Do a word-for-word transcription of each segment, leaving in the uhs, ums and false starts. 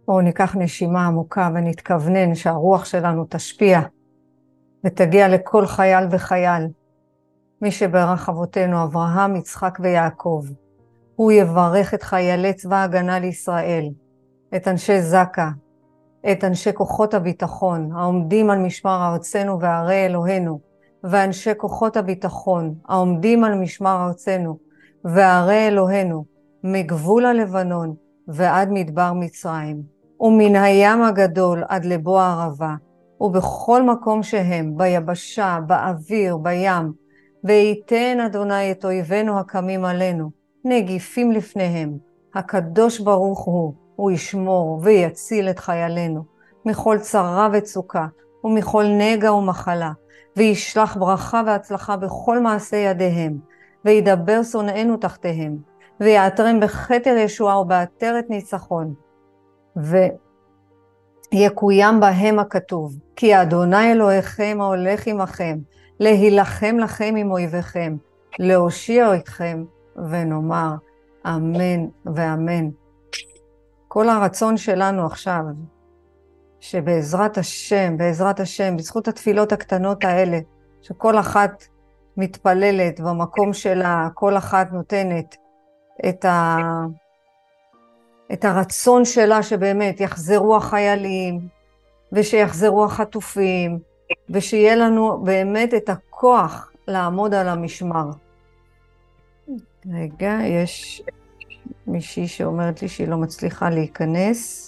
בואו ניקח נשימה עמוקה ונתכוונן שהרוח שלנו תשפיע ותגיע לכל חייל וחייל. מי שברך אבותינו אברהם, יצחק ויעקב, הוא יברך את חיילי צבא ההגנה לישראל, את אנשי זק"א, את אנשי כוחות הביטחון העומדים על משמר ארצנו וערי אלוהינו, ואנשי כוחות הביטחון העומדים על משמר ארצנו וערי אלוהינו, מגבול הלבנון ועד מדבר מצרים, ומן הים הגדול עד לבוא הערבה, ובכל מקום שהם, ביבשה, באוויר, בים, וייתן אדוני את אויבינו הקמים עלינו, נגיפים לפניהם. הקדוש ברוך הוא, הוא ישמור ויציל את חיילינו, מכל צרה וצוקה, ומכל נגע ומחלה, וישלח ברכה והצלחה בכל מעשה ידיהם, וידבר שונאינו תחתיהם, ויעטרם בכתר ישועה ובעטרת ניצחון, ויקוים בהם הכתוב, כי אדוני אלוהיכם ההולך עמכם, להילחם לכם עם אויביכם, להושיע אתכם, ונאמר אמן ואמן. כל הרצון שלנו עכשיו, שבעזרת השם, בעזרת השם, בזכות התפילות הקטנות האלה, שכל אחת מתפללת במקום שלה, כל אחת נותנת את, ה... את הרצון שלה שבאמת יחזרו החיילים, ושיחזרו החטופים, ושיהיה לנו באמת את הכוח לעמוד על המשמר. רגע, יש מישהי שאומרת לי שהיא לא מצליחה להיכנס.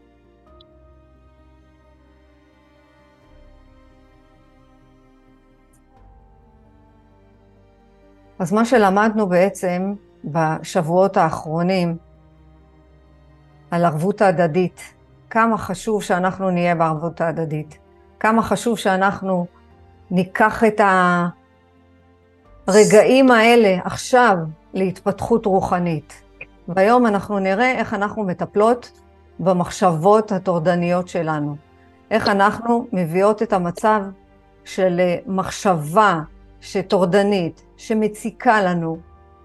אז מה שלמדנו בעצם בשבועות האחרונים על ערבות ההדדית, כמה חשוב שאנחנו נהיה בערבות ההדדית, כמה חשוב שאנחנו ניקח את הרגעים האלה עכשיו להתפתחות רוחנית. והיום אנחנו נראה איך אנחנו מטפלות במחשבות הטורדניות שלנו, איך אנחנו מביאות את המצב של מחשבה שטורדנית, שמציקה לנו,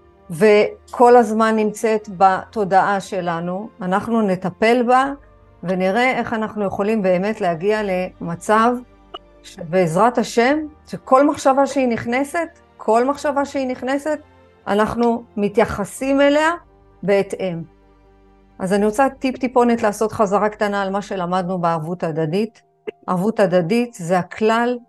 וכל הזמן נמצאת בתודעה שלנו, אנחנו נטפל בה, ונראה איך אנחנו יכולים באמת להגיע למצב שבעזרת השם, שכל מחשבה שהיא נכנסת, כל מחשבה שהיא נכנסת, אנחנו מתייחסים אליה בהתאם. אז אני רוצה טיפ טיפונת לעשות חזרה קטנה על מה שלמדנו בערבות הדדית. ערבות הדדית זה הכלל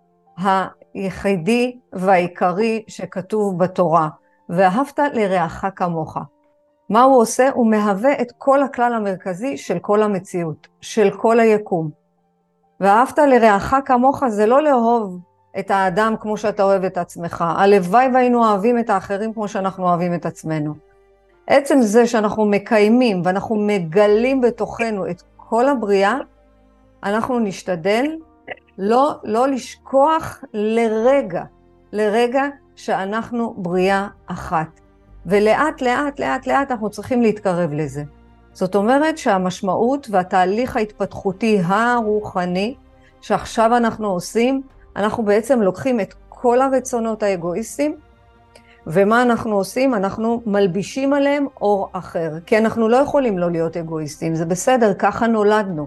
היחידי והעיקרי שכתוב בתורה, ואהבת לרעך כמוך. מה הוא עושה? הוא מהווה את כל הכלל המרכזי של כל המציאות, של כל היקום. ואהבת לרעך כמוך זה לא לאהוב את האדם כמו שאתה אוהב את עצמך. הלוואי והיינו אוהבים את האחרים כמו שאנחנו אוהבים את עצמנו. עצם זה שאנחנו מקיימים ואנחנו מגלים בתוכנו את כל הבריאה, אנחנו נשתדל לא, לא לשכוח לרגע, לרגע שאנחנו בריאה אחת. ולאט לאט לאט לאט אנחנו צריכים להתקרב לזה. זאת אומרת שהמשמעות והתהליך ההתפתחותי הרוחני שעכשיו אנחנו עושים, אנחנו בעצם לוקחים את כל הרצונות האגואיסטיים, ומה אנחנו עושים? אנחנו מלבישים עליהם אור אחר. כי אנחנו לא יכולים לא להיות אגואיסטים, זה בסדר, ככה נולדנו.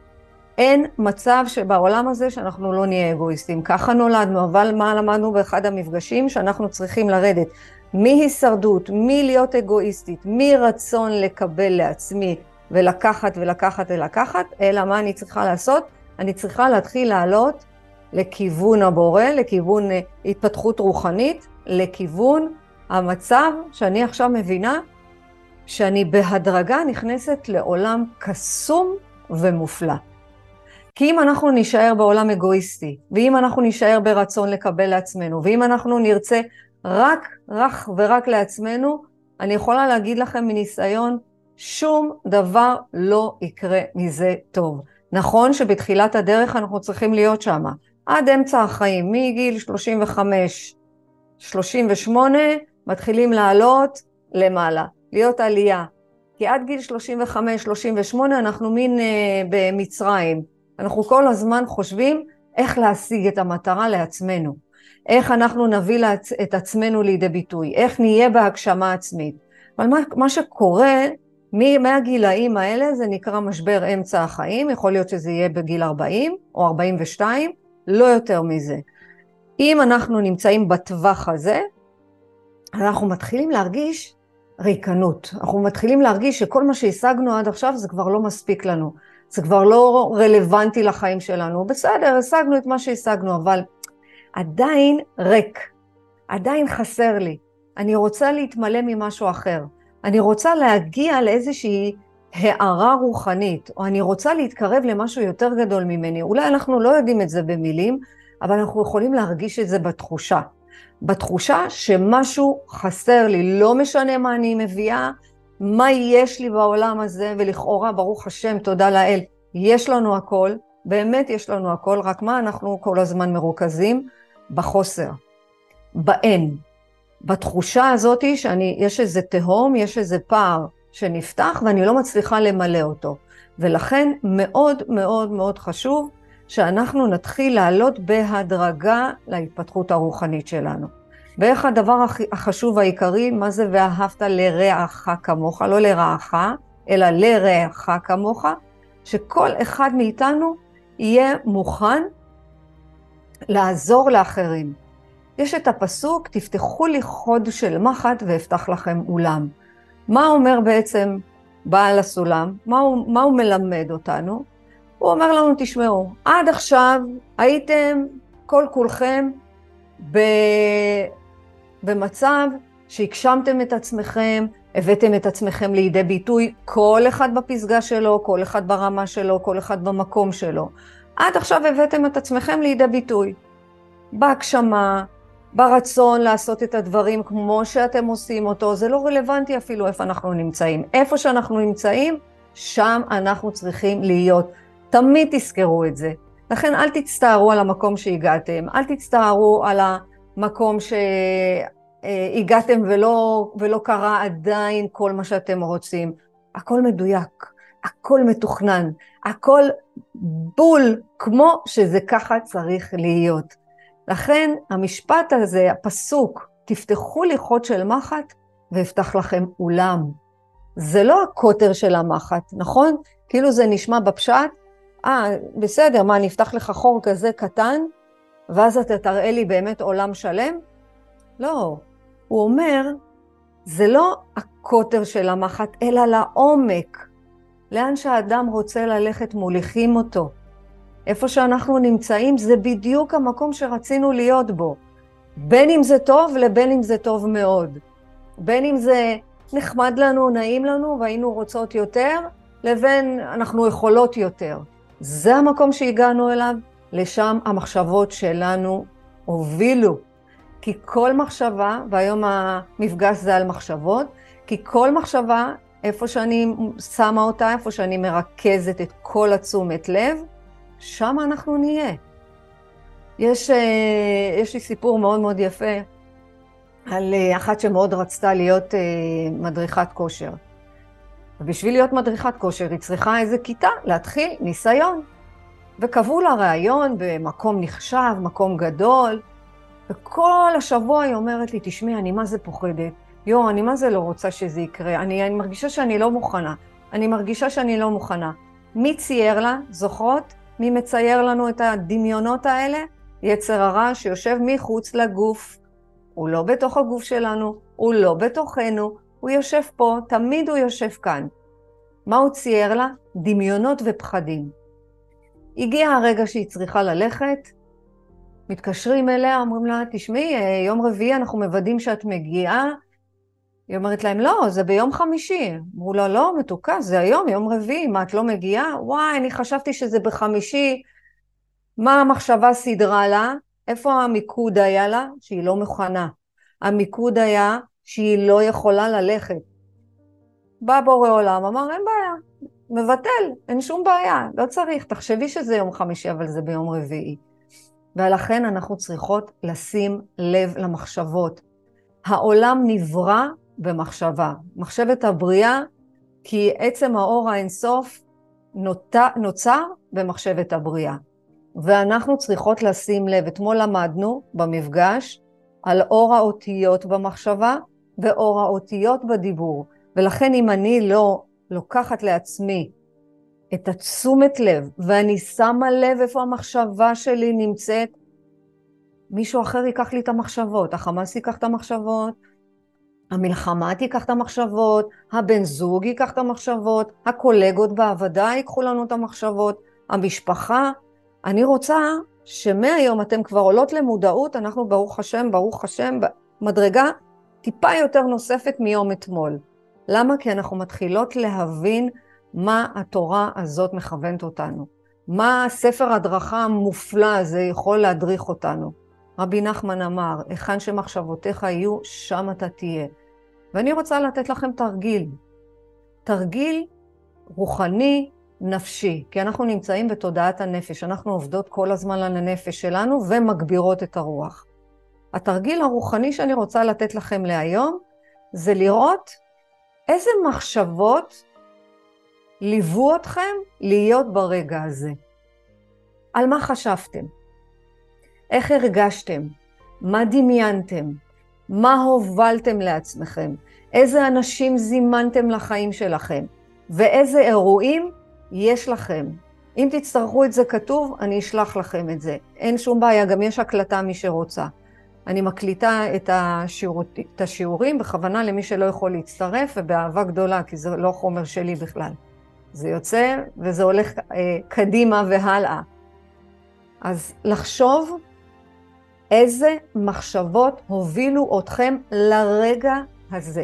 אין מצב שבעולם הזה שאנחנו לא נהיה אגואיסטים, ככה נולדנו, אבל מה למדנו באחד המפגשים? שאנחנו צריכים לרדת מהישרדות, מלהיות אגואיסטית, מרצון לקבל לעצמי ולקחת ולקחת ולקחת, אלא מה אני צריכה לעשות? אני צריכה להתחיל לעלות לכיוון הבורא, לכיוון התפתחות רוחנית, לכיוון המצב שאני עכשיו מבינה שאני בהדרגה נכנסת לעולם קסום ומופלא. כי אם אנחנו נשאר בעולם אגואיסטי, ואם אנחנו נשאר ברצון לקבל לעצמנו, ואם אנחנו נרצה רק, רק ורק לעצמנו, אני יכולה להגיד לכם מניסיון, שום דבר לא יקרה מזה טוב. נכון שבתחילת הדרך אנחנו צריכים להיות שם, עד אמצע החיים, מגיל שלושים וחמש, שלושים ושמונה, מתחילים לעלות למעלה, להיות עלייה. כי עד גיל שלושים וחמש, שלושים ושמונה אנחנו מין אה, במצרים. אנחנו כל הזמן חושבים איך להשיג את המטרה לעצמנו. איך אנחנו נביא את עצמנו לידי ביטוי, איך נהיה בהגשמה עצמית. אבל מה, מה שקורה מהגילאים האלה זה נקרא משבר אמצע החיים, יכול להיות שזה יהיה בגיל ארבעים או ארבעים ושתיים, לא יותר מזה. אם אנחנו נמצאים בטווח הזה, אנחנו מתחילים להרגיש ריקנות, אנחנו מתחילים להרגיש שכל מה שהשגנו עד עכשיו זה כבר לא מספיק לנו, זה כבר לא רלוונטי לחיים שלנו, בסדר, השגנו את מה שהשגנו, אבל עדיין ריק, עדיין חסר לי, אני רוצה להתמלא ממשהו אחר, אני רוצה להגיע לאיזושהי הערה רוחנית, או אני רוצה להתקרב למשהו יותר גדול ממני, אולי אנחנו לא יודעים את זה במילים, אבל אנחנו יכולים להרגיש את זה בתחושה, בתחושה שמשהו חסר לי, לא משנה מה אני מביאה, מה יש לי בעולם הזה, ולכאורה ברוך השם, תודה לאל, יש לנו הכל, באמת יש לנו הכל, רק מה אנחנו כל הזמן מרוכזים? בחוסר, באין, בתחושה הזאת שאני, יש איזה תהום, יש איזה פער שנפתח ואני לא מצליחה למלא אותו. ולכן מאוד מאוד מאוד חשוב שאנחנו נתחיל לעלות בהדרגה להתפתחות הרוחנית שלנו. ואיך הדבר החשוב העיקרי, מה זה ואהבת לרעך כמוך, לא לרעך, אלא לרעך כמוך, שכל אחד מאיתנו יהיה מוכן לעזור לאחרים. יש את הפסוק, תפתחו לי חוד של מחט ואפתח לכם אולם. מה אומר בעצם בעל הסולם? מה הוא, מה הוא מלמד אותנו? הוא אומר לנו, תשמעו, עד עכשיו הייתם כל כולכם ב... במצב שהגשמתם את עצמכם, הבאתם את עצמכם לידי ביטוי, כל אחד בפסגה שלו, כל אחד ברמה שלו, כל אחד במקום שלו. עד עכשיו הבאתם את עצמכם לידי ביטוי. בהגשמה, ברצון לעשות את הדברים כמו שאתם עושים אותו, זה לא רלוונטי אפילו איפה אנחנו נמצאים. איפה שאנחנו נמצאים, שם אנחנו צריכים להיות. תמיד תזכרו את זה. לכן אל תצטערו על המקום שהגעתם, אל תצטערו על המקום שהגעתם ולא, ולא קרה עדיין כל מה שאתם רוצים. הכל מדויק, הכל מתוכנן, הכל בול כמו שזה ככה צריך להיות. לכן המשפט הזה, הפסוק, תפתחו לי חוד של מחט ואפתח לכם אולם. זה לא הכותר של המחט, נכון? כאילו זה נשמע בפשט, אה, בסדר, מה, נפתח לך חור כזה קטן, ואז אתה תראה לי באמת עולם שלם? לא, הוא אומר, זה לא הכותר של המחט, אלא לעומק. לאן שהאדם רוצה ללכת מוליכים אותו. איפה שאנחנו נמצאים זה בדיוק המקום שרצינו להיות בו. בין אם זה טוב לבין אם זה טוב מאוד. בין אם זה נחמד לנו, נעים לנו והיינו רוצות יותר, לבין אנחנו יכולות יותר. זה המקום שהגענו אליו, לשם המחשבות שלנו הובילו. כי כל מחשבה, והיום המפגש זה על מחשבות, כי כל מחשבה, איפה שאני שמה אותה, איפה שאני מרכזת את כל התשומת לב, שם אנחנו נהיה. יש, יש לי סיפור מאוד מאוד יפה על אחת שמאוד רצתה להיות מדריכת כושר. ובשביל להיות מדריכת כושר היא צריכה איזה כיתה להתחיל ניסיון. וקבעו לה ראיון במקום נחשב, מקום גדול. וכל השבוע היא אומרת לי, תשמעי, אני מה זה פוחדת? יו, אני מה זה לא רוצה שזה יקרה? אני, אני מרגישה שאני לא מוכנה. אני מרגישה שאני לא מוכנה. מי צייר לה? זוכרות? מי מצייר לנו את הדמיונות האלה? יצר הרע שיושב מחוץ לגוף. הוא לא בתוך הגוף שלנו, הוא לא בתוכנו, הוא יושב פה, תמיד הוא יושב כאן. מה הוא צייר לה? דמיונות ופחדים. הגיע הרגע שהיא צריכה ללכת, מתקשרים אליה, אומרים לה, תשמעי, יום רביעי אנחנו מוודאים שאת מגיעה. היא אומרת להם, לא, זה ביום חמישי. אמרו לה, לא, מתוקה, זה היום, יום רביעי, מה, את לא מגיעה? וואי, אני חשבתי שזה בחמישי. מה המחשבה סדרה לה? איפה המיקוד היה לה? שהיא לא מוכנה. המיקוד היה שהיא לא יכולה ללכת. בא בורא עולם, אמר, אין בעיה, מבטל, אין שום בעיה, לא צריך, תחשבי שזה יום חמישי, אבל זה ביום רביעי. ולכן אנחנו צריכות לשים לב למחשבות. העולם נברא במחשבה. מחשבת הבריאה, כי עצם האור האינסוף נוצר במחשבת הבריאה. ואנחנו צריכות לשים לב, אתמול למדנו במפגש, על אור האותיות במחשבה ואור האותיות בדיבור. ולכן אם אני לא לוקחת לעצמי את התשומת לב, ואני שמה לב איפה המחשבה שלי נמצאת, מישהו אחר ייקח לי את המחשבות, החמאס ייקח את המחשבות, המלחמה תיקח את המחשבות, הבן זוג ייקח את המחשבות, הקולגות בעבודה ייקחו לנו את המחשבות, המשפחה. אני רוצה שמהיום אתם כבר עולות למודעות, אנחנו ברוך השם, ברוך השם, במדרגה טיפה יותר נוספת מיום אתמול. למה? כי אנחנו מתחילות להבין מה התורה הזאת מכוונת אותנו. מה הספר הדרכה המופלא הזה יכול להדריך אותנו. רבי נחמן אמר, היכן שמחשבותיך יהיו, שם אתה תהיה. ואני רוצה לתת לכם תרגיל. תרגיל רוחני, נפשי, כי אנחנו נמצאים בתודעת הנפש. אנחנו עובדות כל הזמן על הנפש שלנו ומגבירות את הרוח. התרגיל הרוחני שאני רוצה לתת לכם להיום, זה לראות איזה מחשבות ליוו אתכם להיות ברגע הזה. על מה חשבתם? איך הרגשתם? מה דמיינתם? מה הובלתם לעצמכם? איזה אנשים זימנתם לחיים שלכם? ואיזה אירועים יש לכם? אם תצטרכו את זה כתוב, אני אשלח לכם את זה. אין שום בעיה, גם יש הקלטה מי שרוצה. אני מקליטה את, השיעור, את השיעורים בכוונה למי שלא יכול להצטרף, ובאהבה גדולה, כי זה לא חומר שלי בכלל. זה יוצא וזה הולך אה, קדימה והלאה. אז לחשוב איזה מחשבות הובילו אתכם לרגע הזה.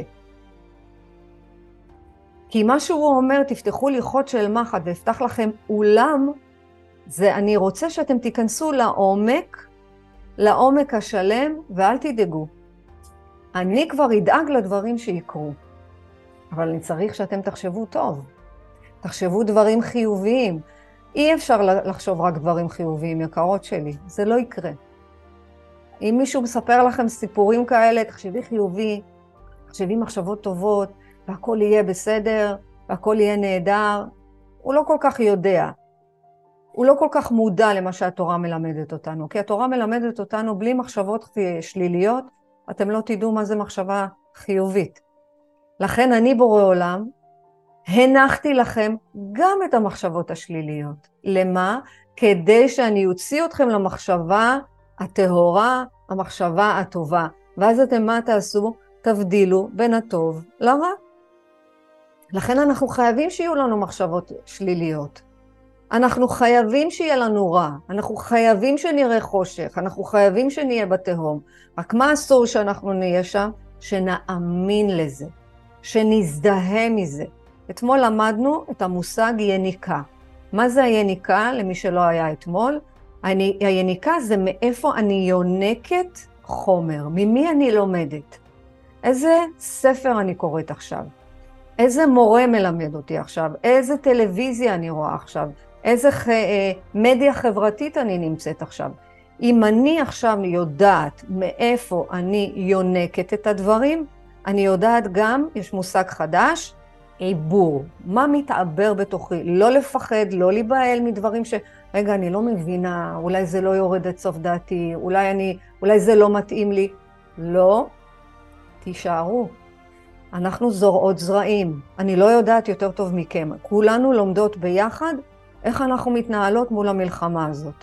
כי מה שהוא אומר, תפתחו לי חוד של מחט ואפתח לכם אולם, זה אני רוצה שאתם תיכנסו לעומק, לעומק השלם, ואל תדאגו. אני כבר אדאג לדברים שיקרו. אבל אני צריך שאתם תחשבו טוב. תחשבו דברים חיוביים. אי אפשר לחשוב רק דברים חיוביים, יקרות שלי. זה לא יקרה. אם מישהו מספר לכם סיפורים כאלה, תחשבי חיובי, תחשבי מחשבות טובות, והכל יהיה בסדר, והכל יהיה נהדר. הוא לא כל כך יודע. הוא לא כל כך מודע למה שהתורה מלמדת אותנו. כי התורה מלמדת אותנו בלי מחשבות שליליות, אתם לא תדעו מה זה מחשבה חיובית. לכן אני בורא עולם, הנחתי לכם גם את המחשבות השליליות. למה? כדי שאני אוציא אתכם למחשבה הטהורה, המחשבה הטובה. ואז אתם מה תעשו? תבדילו בין הטוב לרע. לכן אנחנו חייבים שיהיו לנו מחשבות שליליות. אנחנו חייבים שיהיה לנו רע. אנחנו חייבים שנראה חושך. אנחנו חייבים שנהיה בתהום. רק מה אסור שאנחנו נהיה שם? שנאמין לזה. שנזדהה מזה. אתמול למדנו את המושג יניקה. מה זה היניקה? למי שלא היה אתמול. היניקה זה מאיפה אני יונקת חומר. ממי אני לומדת. איזה ספר אני קוראת עכשיו. איזה מורה מלמד אותי עכשיו. איזה טלוויזיה אני רואה עכשיו. איזה ח... מדיה חברתית אני נמצאת עכשיו. אם אני עכשיו יודעת מאיפה אני יונקת את הדברים, אני יודעת גם, יש מושג חדש, עיבור. מה מתעבר בתוכי? לא לפחד, לא להיבהל מדברים ש... רגע, אני לא מבינה, אולי זה לא יורד את סוף דעתי, אולי, אני, אולי זה לא מתאים לי. לא, תישארו. אנחנו זורעות זרעים. אני לא יודעת יותר טוב מכם. כולנו לומדות ביחד איך אנחנו מתנהלות מול המלחמה הזאת.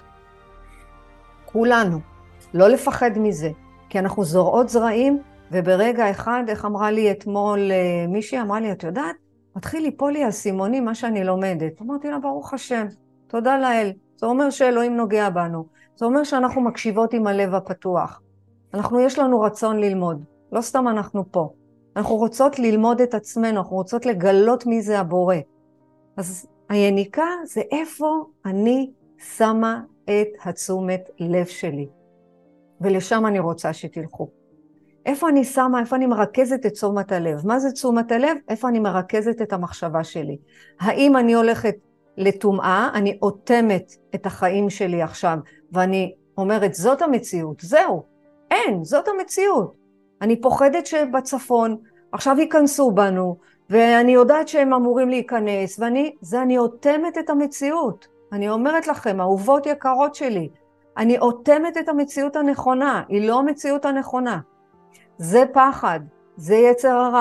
כולנו. לא לפחד מזה. כי אנחנו זורעות זרעים, וברגע אחד, איך אמרה לי אתמול, מישהי אמרה לי, את יודעת, מתחיל ליפול לי הסימוני מה שאני לומדת. אמרתי לה, ברוך השם, תודה לאל. זה אומר שאלוהים נוגע בנו. זה אומר שאנחנו מקשיבות עם הלב הפתוח. אנחנו, יש לנו רצון ללמוד. לא סתם אנחנו פה. אנחנו רוצות ללמוד את עצמנו, אנחנו רוצות לגלות מי זה הבורא. אז היניקה זה איפה אני שמה את התשומת לב שלי. ולשם אני רוצה שתלכו. איפה אני שמה, איפה אני מרכזת את תשומת הלב? מה זה תשומת הלב? איפה אני מרכזת את המחשבה שלי? האם אני הולכת לטומאה, אני אוטמת את החיים שלי עכשיו, ואני אומרת, זאת המציאות, זהו, אין, זאת המציאות. אני פוחדת שבצפון, עכשיו ייכנסו בנו, ואני יודעת שהם אמורים להיכנס, ואני, זה אני אוטמת את המציאות. אני אומרת לכם, אהובות יקרות שלי, אני אוטמת את המציאות הנכונה, היא לא המציאות הנכונה. זה פחד, זה יצר הרע,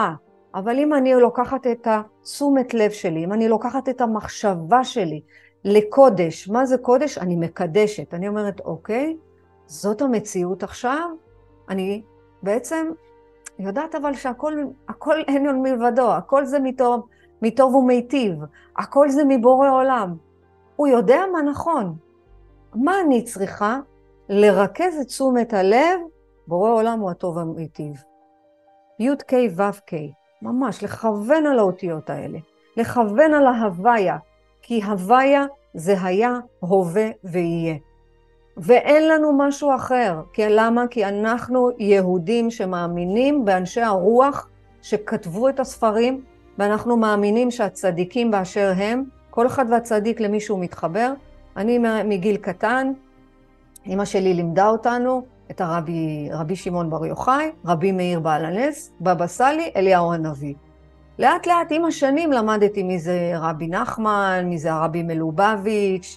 אבל אם אני לוקחת את התשומת לב שלי, אם אני לוקחת את המחשבה שלי לקודש, מה זה קודש? אני מקדשת. אני אומרת, אוקיי, זאת המציאות עכשיו. אני בעצם יודעת אבל שהכל הכל אין עוד מלבדו, הכל זה מטוב, מטוב ומיטיב, הכל זה מבורא עולם. הוא יודע מה נכון. מה אני צריכה? לרכז את תשומת הלב, בורא עולם הוא הטוב והמיטיב. י' ק' ו' ק', ממש לכוון על האותיות האלה, לכוון על ההוויה, כי הוויה זה היה, הווה ויהיה. ואין לנו משהו אחר. כי למה? כי אנחנו יהודים שמאמינים באנשי הרוח שכתבו את הספרים, ואנחנו מאמינים שהצדיקים באשר הם, כל אחד והצדיק למישהו מתחבר. אני מגיל קטן, אמא שלי לימדה אותנו את הרבי, רבי שמעון בר יוחאי, רבי מאיר בעל הנס, בבא סאלי, אליהו הנביא. לאט לאט עם השנים למדתי מי זה רבי נחמן, מי זה הרבי מלובביץ',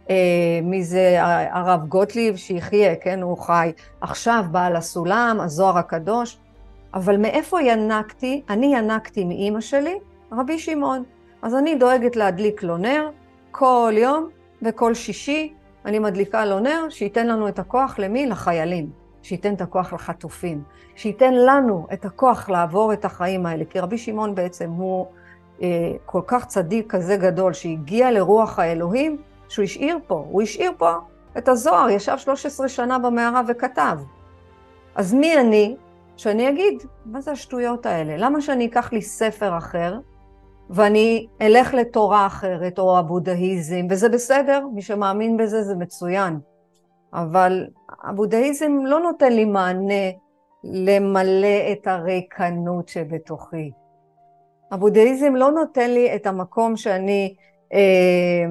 מי זה הרב גוטליב שיחיה, כן, הוא חי עכשיו, בעל הסולם, הזוהר הקדוש. אבל מאיפה ינקתי? אני ינקתי מאמא שלי, רבי שמעון. אז אני דואגת להדליק לו נר כל יום וכל שישי, אני מדליקה לו נר שייתן לנו את הכוח למי? לחיילים, שייתן את הכוח לחטופים, שייתן לנו את הכוח לעבור את החיים האלה. כי רבי שמעון בעצם הוא אה, כל כך צדיק כזה גדול שהגיע לרוח האלוהים, שהוא השאיר פה, הוא השאיר פה את הזוהר, ישב שלוש עשרה שנה במערה וכתב. אז מי אני? שאני אגיד, מה זה השטויות האלה? למה שאני אקח לי ספר אחר, ואני אלך לתורה אחרת, או הבודהיזם, וזה בסדר, מי שמאמין בזה זה מצוין. אבל הבודהיזם לא נותן לי מענה למלא את הריקנות שבתוכי. הבודהיזם לא נותן לי את המקום שאני אה,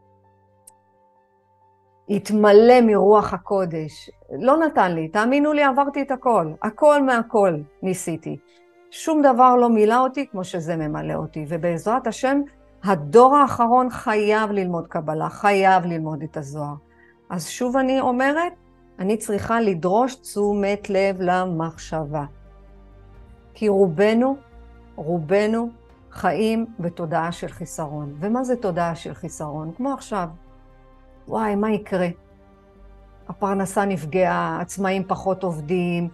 התמלא מרוח הקודש. לא נתן לי, תאמינו לי, עברתי את הכל. הכל מהכל ניסיתי. שום דבר לא מילא אותי כמו שזה ממלא אותי. ובעזרת השם, הדור האחרון חייב ללמוד קבלה, חייב ללמוד את הזוהר. אז שוב אני אומרת, אני צריכה לדרוש תשומת לב למחשבה. כי רובנו, רובנו חיים בתודעה של חיסרון. ומה זה תודעה של חיסרון? כמו עכשיו. וואי, מה יקרה? הפרנסה נפגעה, עצמאים פחות עובדים,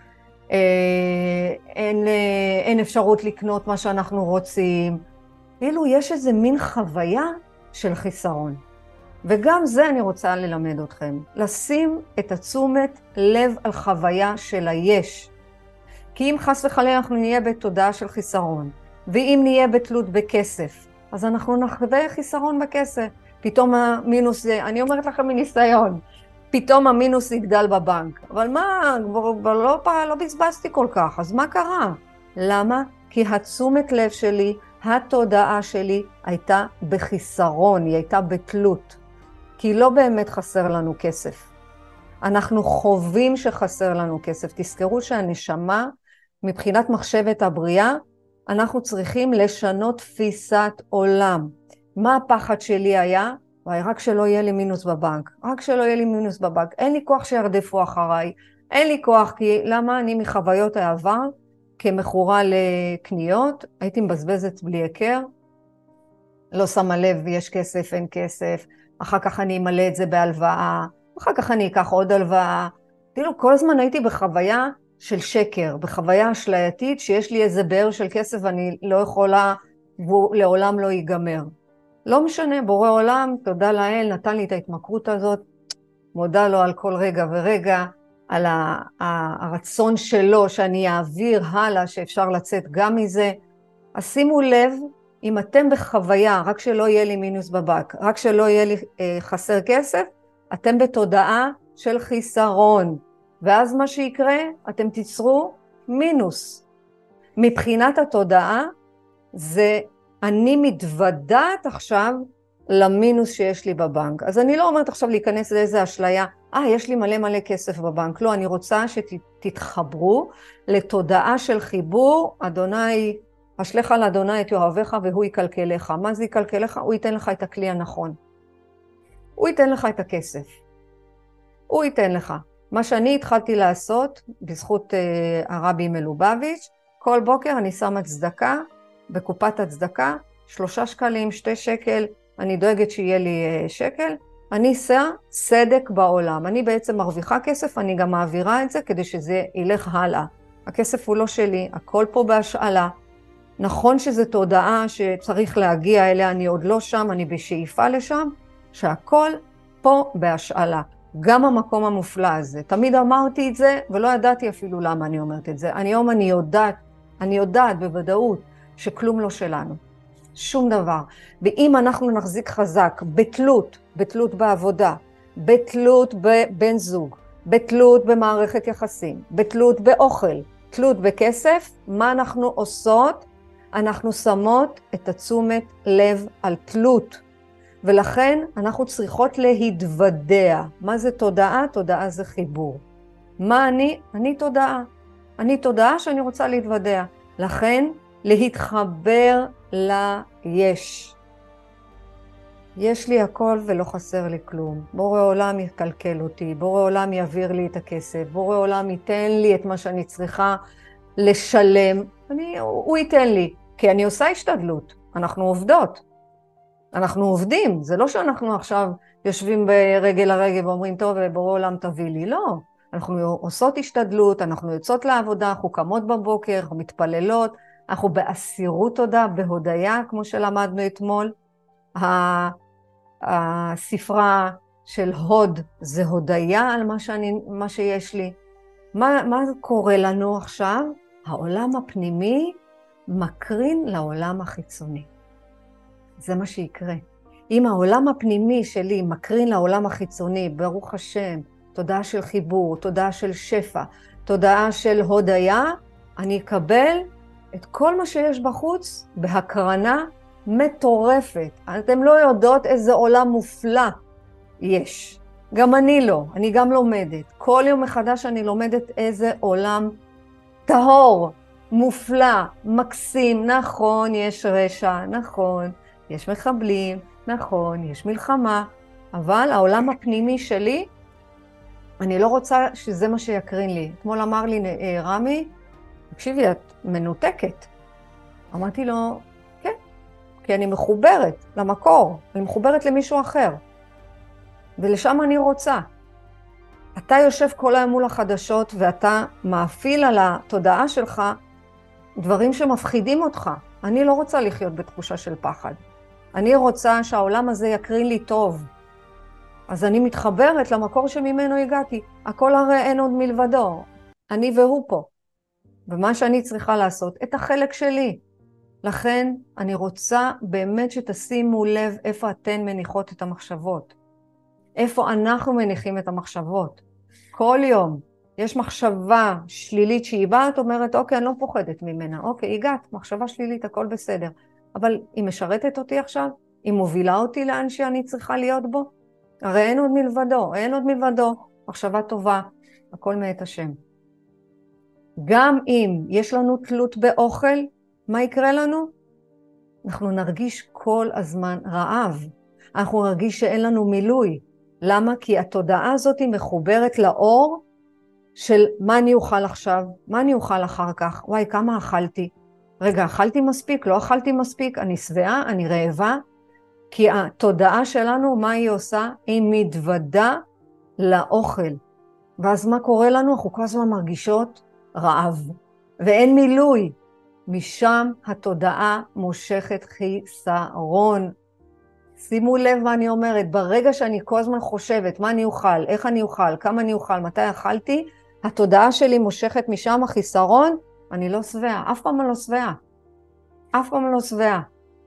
אין, אין אפשרות לקנות מה שאנחנו רוצים. כאילו יש איזה מין חוויה של חיסרון. וגם זה אני רוצה ללמד אתכם. לשים את התשומת לב על חוויה של היש. כי אם חס וחלילה אנחנו נהיה בתודעה של חיסרון, ואם נהיה בתלות בכסף, אז אנחנו נחווה חיסרון בכסף. פתאום המינוס, אני אומרת לכם מניסיון, פתאום המינוס יגדל בבנק. אבל מה, כבר לא, לא בזבזתי כל כך, אז מה קרה? למה? כי התשומת לב שלי, התודעה שלי, הייתה בחיסרון, היא הייתה בתלות. כי לא באמת חסר לנו כסף. אנחנו חווים שחסר לנו כסף. תזכרו שהנשמה, מבחינת מחשבת הבריאה, אנחנו צריכים לשנות תפיסת עולם. מה הפחד שלי היה? וואי, רק שלא יהיה לי מינוס בבנק. רק שלא יהיה לי מינוס בבנק. אין לי כוח שירדפו אחריי. אין לי כוח, כי למה אני מחוויות העבר, כמכורה לקניות, הייתי מבזבזת בלי הכר, לא שמה לב, יש כסף, אין כסף, אחר כך אני אמלא את זה בהלוואה, אחר כך אני אקח עוד הלוואה. כאילו, כל הזמן הייתי בחוויה של שקר, בחוויה אשלייתית, שיש לי איזה באר של כסף ואני לא יכולה, והוא לעולם לא ייגמר. לא משנה, בורא עולם, תודה לאל, נתן לי את ההתמכרות הזאת, מודה לו על כל רגע ורגע, על הרצון שלו שאני אעביר הלאה, שאפשר לצאת גם מזה. אז שימו לב, אם אתם בחוויה, רק שלא יהיה לי מינוס בבנק, רק שלא יהיה לי אה, חסר כסף, אתם בתודעה של חיסרון. ואז מה שיקרה, אתם תיצרו מינוס. מבחינת התודעה, זה אני מתוודעת עכשיו למינוס שיש לי בבנק. אז אני לא אומרת עכשיו להיכנס לאיזה אשליה, אה, יש לי מלא מלא כסף בבנק. לא, אני רוצה שתתחברו לתודעה של חיבור, אדוני, אשליך על אדוני את יאהביך והוא יקלקלך. מה זה יקלקלך? הוא ייתן לך את הכלי הנכון. הוא ייתן לך את הכסף. הוא ייתן לך. מה שאני התחלתי לעשות, בזכות uh, הרבי מלובביץ', כל בוקר אני שמה צדקה בקופת הצדקה, שלושה שקלים, שתי שקל, אני דואגת שיהיה לי שקל, אני עושה צדק בעולם. אני בעצם מרוויחה כסף, אני גם מעבירה את זה כדי שזה ילך הלאה. הכסף הוא לא שלי, הכל פה בהשאלה. נכון שזו תודעה שצריך להגיע אליה, אני עוד לא שם, אני בשאיפה לשם, שהכל פה בהשאלה. גם המקום המופלא הזה. תמיד אמרתי את זה, ולא ידעתי אפילו למה אני אומרת את זה. היום אני יודעת, אני יודעת בוודאות שכלום לא שלנו. שום דבר. ואם אנחנו נחזיק חזק בתלות, בתלות בעבודה, בתלות בבן זוג, בתלות במערכת יחסים, בתלות באוכל, תלות בכסף, מה אנחנו עושות? אנחנו שמות את התשומת לב על תלות. ולכן אנחנו צריכות להתוודע. מה זה תודעה? תודעה זה חיבור. מה אני? אני תודעה. אני תודעה שאני רוצה להתוודע. לכן להתחבר ליש. יש לי הכל ולא חסר לי כלום. בורא עולם יקלקל אותי, בורא עולם יעביר לי את הכסף, בורא עולם ייתן לי את מה שאני צריכה לשלם. אני, הוא ייתן לי, כי אני עושה השתדלות. אנחנו עובדות. אנחנו עובדים. זה לא שאנחנו עכשיו יושבים ברגל הרגל ואומרים, טוב, בורא עולם תביא לי. לא. אנחנו עושות השתדלות, אנחנו יוצאות לעבודה, אנחנו קמות בבוקר, אנחנו מתפללות, אנחנו באסירות תודה, בהודיה, כמו שלמדנו אתמול. הספרה של הוד זה הודיה על מה, שאני, מה שיש לי. מה, מה קורה לנו עכשיו? העולם הפנימי מקרין לעולם החיצוני. זה מה שיקרה. אם העולם הפנימי שלי מקרין לעולם החיצוני, ברוך השם, תודעה של חיבור, תודעה של שפע, תודעה של הודיה, אני אקבל את כל מה שיש בחוץ בהקרנה מטורפת. אתם לא יודעות איזה עולם מופלא יש. גם אני לא, אני גם לומדת. כל יום מחדש אני לומדת איזה עולם טהור, מופלא, מקסים. נכון, יש רשע, נכון, יש מחבלים, נכון, יש מלחמה, אבל העולם הפנימי שלי, אני לא רוצה שזה מה שיקרין לי. אתמול אמר לי רמי, תקשיבי, את מנותקת. אמרתי לו, כן, כי אני מחוברת למקור, אני מחוברת למישהו אחר, ולשם אני רוצה. אתה יושב כל היום מול החדשות, ואתה מאפיל על התודעה שלך דברים שמפחידים אותך. אני לא רוצה לחיות בתחושה של פחד. אני רוצה שהעולם הזה יקרין לי טוב. אז אני מתחברת למקור שממנו הגעתי. הכל הרי אין עוד מלבדו. אני והוא פה. ומה שאני צריכה לעשות, את החלק שלי. לכן אני רוצה באמת שתשימו לב איפה אתן מניחות את המחשבות. איפה אנחנו מניחים את המחשבות. כל יום יש מחשבה שלילית שהיא באה, את אומרת, אוקיי, אני לא פוחדת ממנה. אוקיי, הגעת, מחשבה שלילית, הכל בסדר. אבל היא משרתת אותי עכשיו? היא מובילה אותי לאן שאני צריכה להיות בו? הרי אין עוד מלבדו, אין עוד מלבדו. מחשבה טובה, הכל מאת השם. גם אם יש לנו תלות באוכל, מה יקרה לנו? אנחנו נרגיש כל הזמן רעב. אנחנו נרגיש שאין לנו מילוי. למה? כי התודעה הזאת היא מחוברת לאור של מה אני אוכל עכשיו, מה אני אוכל אחר כך. וואי, כמה אכלתי. רגע, אכלתי מספיק, לא אכלתי מספיק, אני שבעה, אני רעבה. כי התודעה שלנו, מה היא עושה? היא מתוודה לאוכל. ואז מה קורה לנו? אנחנו כל הזמן מרגישות רעב. ואין מילוי. משם התודעה מושכת חיסרון. שימו לב מה אני אומרת, ברגע שאני כל הזמן חושבת מה אני אוכל, איך אני אוכל, כמה אני אוכל, מתי אכלתי, התודעה שלי מושכת משם החיסרון, אני לא שבעה, אף פעם אני לא שבעה. אף פעם לא שבעה.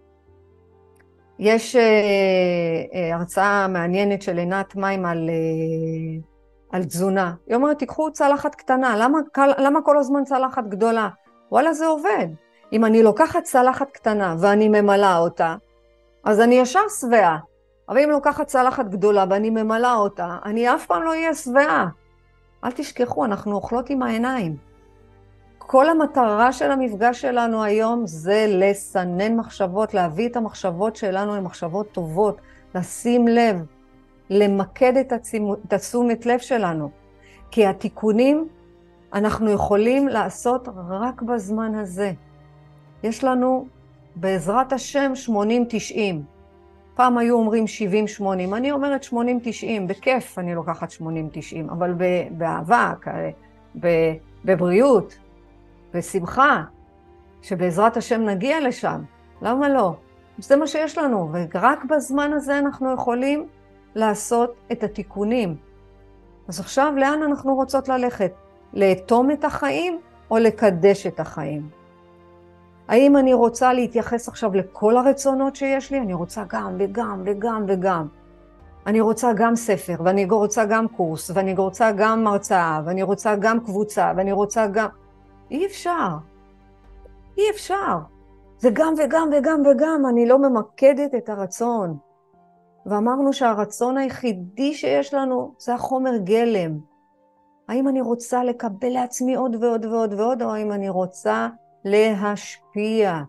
יש אה, אה, הרצאה מעניינת של עינת מים על, אה, על תזונה. היא אומרת, תיקחו צלחת קטנה, למה, למה כל הזמן צלחת גדולה? וואלה, זה עובד. אם אני לוקחת צלחת קטנה ואני ממלאה אותה, אז אני ישר שבעה. אבל אם לוקחת צלחת גדולה ואני ממלאה אותה, אני אף פעם לא אהיה שבעה. אל תשכחו, אנחנו אוכלות עם העיניים. כל המטרה של המפגש שלנו היום זה לסנן מחשבות, להביא את המחשבות שלנו למחשבות טובות, לשים לב, למקד את תשומת לב שלנו. כי התיקונים אנחנו יכולים לעשות רק בזמן הזה. יש לנו בעזרת השם שמונים תשעים. פעם היו אומרים שבעים שמונים, אני אומרת שמונים תשעים, בכיף אני לוקחת שמונים תשעים, אבל באהבה, בבריאות, בשמחה, שבעזרת השם נגיע לשם. למה לא? זה מה שיש לנו, ורק בזמן הזה אנחנו יכולים לעשות את התיקונים. אז עכשיו לאן אנחנו רוצות ללכת? לאטום את החיים או לקדש את החיים? האם אני רוצה להתייחס עכשיו לכל הרצונות שיש לי? אני רוצה גם וגם וגם וגם. אני רוצה גם ספר, ואני רוצה גם קורס, ואני רוצה גם מרצאה, ואני רוצה גם קבוצה, ואני רוצה גם... אי אפשר. אי אפשר. זה גם וגם וגם וגם. אני לא ממקדת את הרצון. ואמרנו שהרצון היחידי שיש לנו זה החומר גלם. האם אני רוצה לקבל לעצמי עוד ועוד ועוד ועוד, או האם אני רוצה להשפיע?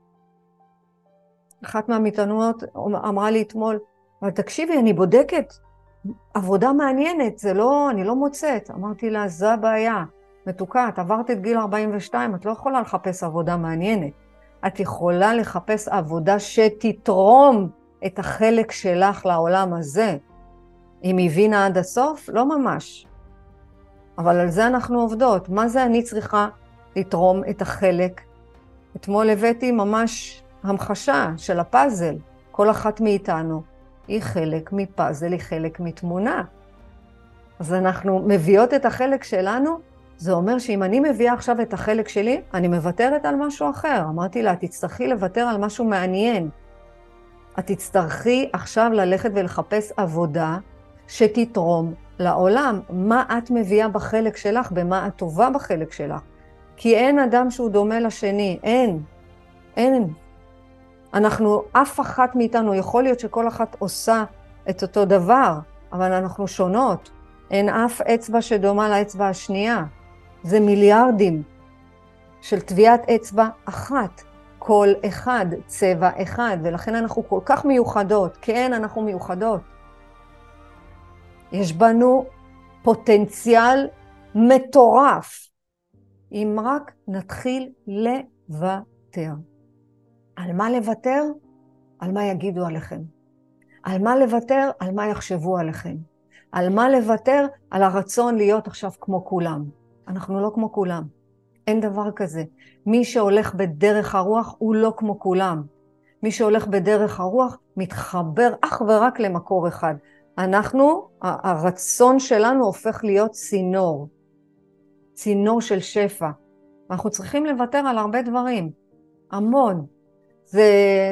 אחת מהמתענות אמרה לי אתמול, אבל תקשיבי, אני בודקת, עבודה מעניינת, זה לא, אני לא מוצאת. אמרתי לה, זו הבעיה. מתוקה, את עברת את גיל ארבעים ושתיים, את לא יכולה לחפש עבודה מעניינת. את יכולה לחפש עבודה שתתרום את החלק שלך לעולם הזה. אם הבינה עד הסוף, לא ממש. אבל על זה אנחנו עובדות. מה זה אני צריכה לתרום את החלק? אתמול הבאתי ממש המחשה של הפאזל. כל אחת מאיתנו היא חלק מפאזל, היא חלק מתמונה. אז אנחנו מביאות את החלק שלנו, זה אומר שאם אני מביאה עכשיו את החלק שלי, אני מוותרת על משהו אחר. אמרתי לה, תצטרכי לוותר על משהו מעניין. את תצטרכי עכשיו ללכת ולחפש עבודה שתתרום לעולם. מה את מביאה בחלק שלך, במה את טובה בחלק שלך. כי אין אדם שהוא דומה לשני, אין, אין. אנחנו, אף אחת מאיתנו, יכול להיות שכל אחת עושה את אותו דבר, אבל אנחנו שונות. אין אף אצבע שדומה לאצבע השנייה. זה מיליארדים של טביעת אצבע אחת. כל אחד, צבע אחד, ולכן אנחנו כל כך מיוחדות. כן, אנחנו מיוחדות. יש בנו פוטנציאל מטורף. אם רק נתחיל לוותר. על מה לוותר? על מה יגידו עליכם. על מה לוותר? על מה יחשבו עליכם. על מה לוותר? על הרצון להיות עכשיו כמו כולם. אנחנו לא כמו כולם. אין דבר כזה. מי שהולך בדרך הרוח הוא לא כמו כולם. מי שהולך בדרך הרוח מתחבר אך ורק למקור אחד. אנחנו, הרצון שלנו הופך להיות צינור. צינור של שפע. אנחנו צריכים לוותר על הרבה דברים. המון. זה...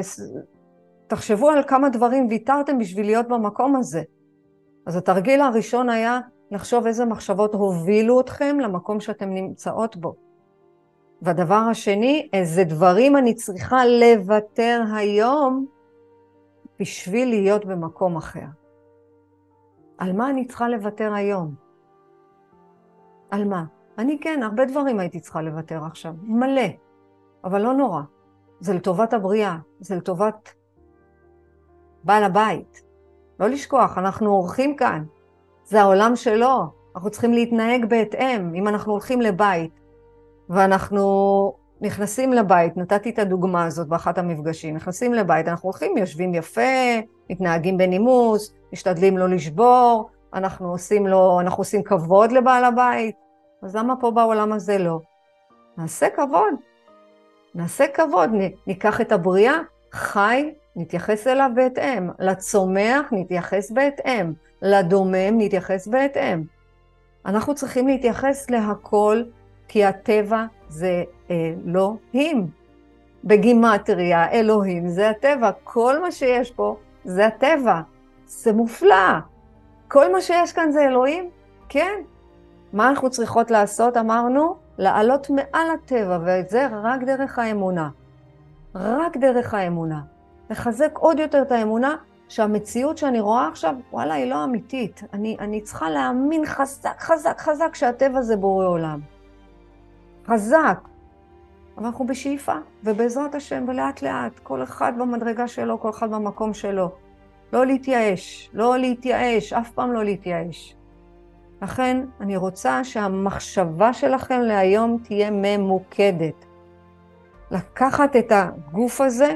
תחשבו על כמה דברים ויתרתם בשביל להיות במקום הזה. אז התרגיל הראשון היה לחשוב איזה מחשבות הובילו אתכם למקום שאתם נמצאות בו. והדבר השני, איזה דברים אני צריכה לוותר היום בשביל להיות במקום אחר. על מה אני צריכה לוותר היום? על מה? אני כן, הרבה דברים הייתי צריכה לוותר עכשיו, מלא, אבל לא נורא. זה לטובת הבריאה, זה לטובת בעל הבית. לא לשכוח, אנחנו אורחים כאן, זה העולם שלו, אנחנו צריכים להתנהג בהתאם. אם אנחנו הולכים לבית, ואנחנו נכנסים לבית, נתתי את הדוגמה הזאת באחת המפגשים, נכנסים לבית, אנחנו הולכים, יושבים יפה, מתנהגים בנימוס, משתדלים לא לשבור, אנחנו עושים, לו, אנחנו עושים כבוד לבעל הבית, אז למה פה בעולם הזה לא? נעשה כבוד, נעשה כבוד, ניקח את הבריאה, חי, נתייחס אליו בהתאם, לצומח נתייחס בהתאם, לדומם נתייחס בהתאם. אנחנו צריכים להתייחס להכל, כי הטבע זה אלוהים. בגימטריה, אלוהים זה הטבע. כל מה שיש פה זה הטבע. זה מופלא. כל מה שיש כאן זה אלוהים? כן. מה אנחנו צריכות לעשות? אמרנו, לעלות מעל הטבע, ואת זה רק דרך האמונה. רק דרך האמונה. לחזק עוד יותר את האמונה, שהמציאות שאני רואה עכשיו, וואלה, היא לא אמיתית. אני, אני צריכה להאמין חזק, חזק, חזק, שהטבע זה בורא עולם. חזק. אבל אנחנו בשאיפה, ובעזרת השם, ולאט לאט, כל אחד במדרגה שלו, כל אחד במקום שלו. לא להתייאש, לא להתייאש, אף פעם לא להתייאש. לכן אני רוצה שהמחשבה שלכם להיום תהיה ממוקדת. לקחת את הגוף הזה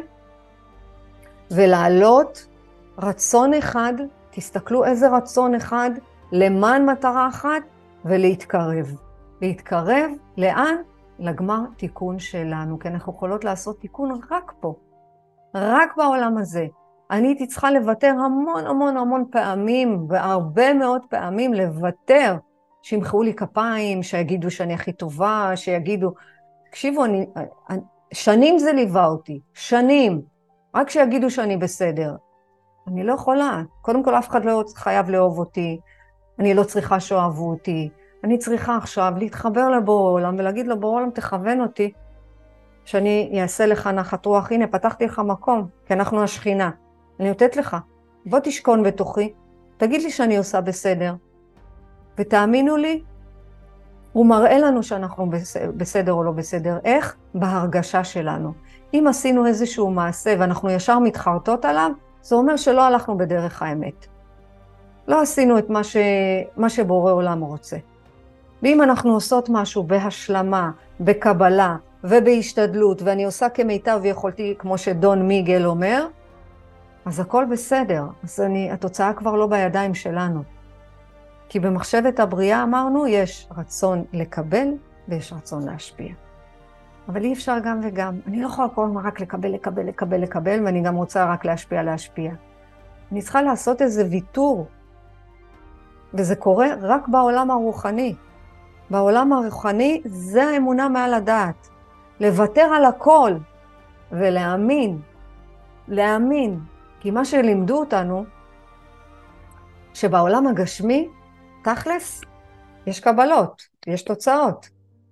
ולעלות רצון אחד, תסתכלו איזה רצון אחד, למען מטרה אחת, ולהתקרב. להתקרב לאן? לגמר תיקון שלנו, כי אנחנו יכולות לעשות תיקון רק פה, רק בעולם הזה. אני הייתי צריכה לוותר המון המון המון פעמים, והרבה מאוד פעמים לוותר, שימחאו לי כפיים, שיגידו שאני הכי טובה, שיגידו, תקשיבו, אני, אני, שנים זה ליווה אותי, שנים, רק שיגידו שאני בסדר. אני לא יכולה, קודם כל אף אחד לא חייב לאהוב אותי, אני לא צריכה שאוהבו אותי, אני צריכה עכשיו להתחבר לבורא עולם ולהגיד לו, בורא עולם תכוון אותי, שאני אעשה לך נחת רוח, הנה פתחתי לך מקום, כי אנחנו השכינה, אני נותנת לך, בוא תשכון בתוכי, תגיד לי שאני עושה בסדר, ותאמינו לי, הוא מראה לנו שאנחנו בסדר או לא בסדר, איך? בהרגשה שלנו. אם עשינו איזשהו מעשה ואנחנו ישר מתחרטות עליו, זה אומר שלא הלכנו בדרך האמת. לא עשינו את מה, ש... מה שבורא עולם רוצה. ואם אנחנו עושות משהו בהשלמה, בקבלה ובהשתדלות, ואני עושה כמיטב יכולתי, כמו שדון מיגל אומר, אז הכל בסדר. אז אני, התוצאה כבר לא בידיים שלנו. כי במחשבת הבריאה אמרנו, יש רצון לקבל ויש רצון להשפיע. אבל אי אפשר גם וגם. אני לא יכולה כל הזמן רק לקבל, לקבל, לקבל, לקבל, ואני גם רוצה רק להשפיע, להשפיע. אני צריכה לעשות איזה ויתור, וזה קורה רק בעולם הרוחני. בעולם הרוחני זה האמונה מעל הדעת. לוותר על הכל ולהאמין, להאמין. כי מה שלימדו אותנו, שבעולם הגשמי, תכלס, יש קבלות, יש תוצאות.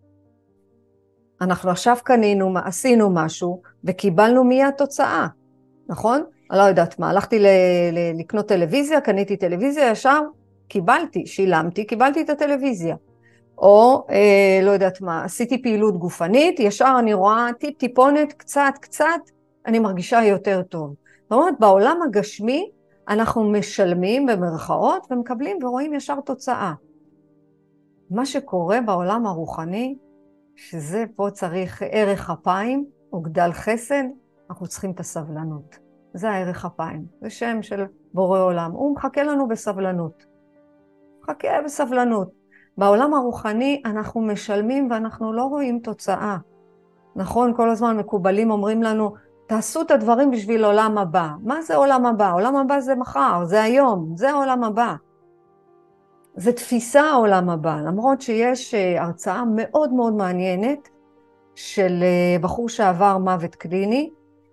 אנחנו עכשיו קנינו, עשינו משהו, וקיבלנו מיד תוצאה, נכון? אני לא יודעת מה, הלכתי ל- ל- לקנות טלוויזיה, קניתי טלוויזיה, ישר קיבלתי, שילמתי, קיבלתי את הטלוויזיה. או, אה, לא יודעת מה, עשיתי פעילות גופנית, ישר אני רואה טיפ טיפונת, קצת, קצת, אני מרגישה יותר טוב. זאת אומרת, בעולם הגשמי, אנחנו משלמים במרכאות, ומקבלים ורואים ישר תוצאה. מה שקורה בעולם הרוחני, שזה פה צריך ערך אפיים, או גדל חסד, אנחנו צריכים את הסבלנות. זה הערך אפיים, זה שם של בורא עולם. הוא מחכה לנו בסבלנות. מחכה בסבלנות. בעולם הרוחני אנחנו משלמים ואנחנו לא רואים תוצאה. נכון, כל הזמן מקובלים אומרים לנו, תעשו את הדברים בשביל עולם הבא. מה זה עולם הבא? עולם הבא זה מחר, זה היום, זה עולם הבא. זה תפיסה עולם הבא, למרות שיש הרצאה מאוד מאוד מעניינת של בחור שעבר מוות קליני,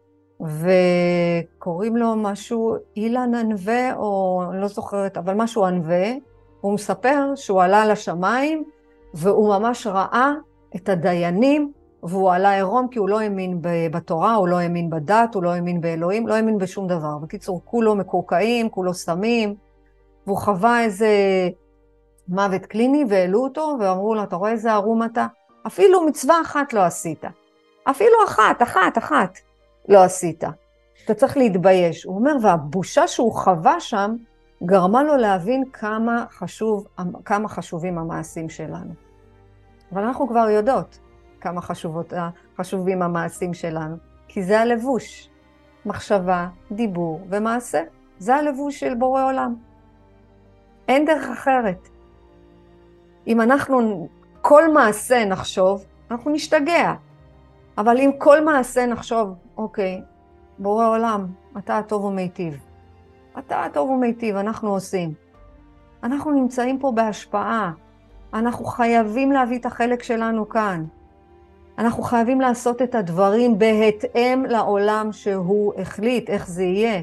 וקוראים לו משהו אילן ענווה, או אני לא זוכרת, אבל משהו ענווה, הוא מספר שהוא עלה לשמיים, והוא ממש ראה את הדיינים, והוא עלה עירום כי הוא לא האמין בתורה, הוא לא האמין בדת, הוא לא האמין באלוהים, לא האמין בשום דבר. בקיצור, כולו מקורקעים, כולו סמים, והוא חווה איזה מוות קליני, והעלו אותו, ואמרו לו, אתה רואה איזה ערום אתה? אפילו מצווה אחת לא עשית. אפילו אחת, אחת, אחת לא עשית. אתה צריך להתבייש. הוא אומר, והבושה שהוא חווה שם, גרמה לו להבין כמה חשוב, כמה חשובים המעשים שלנו. אבל אנחנו כבר יודעות כמה חשובות, חשובים המעשים שלנו, כי זה הלבוש, מחשבה, דיבור ומעשה. זה הלבוש של בורא עולם. אין דרך אחרת. אם אנחנו כל מעשה נחשוב, אנחנו נשתגע. אבל אם כל מעשה נחשוב, אוקיי, בורא עולם, אתה הטוב ומיטיב. אתה הטוב ומיטיב, אנחנו עושים. אנחנו נמצאים פה בהשפעה. אנחנו חייבים להביא את החלק שלנו כאן. אנחנו חייבים לעשות את הדברים בהתאם לעולם שהוא החליט, איך זה יהיה.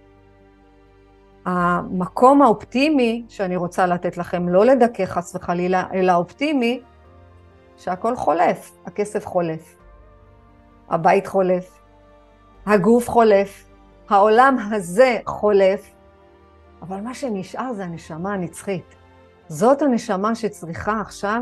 המקום האופטימי שאני רוצה לתת לכם, לא לדכא חס וחלילה, אלא אופטימי, שהכל חולף, הכסף חולף, הבית חולף, הגוף חולף, העולם הזה חולף, אבל מה שנשאר זה הנשמה הנצחית. זאת הנשמה שצריכה עכשיו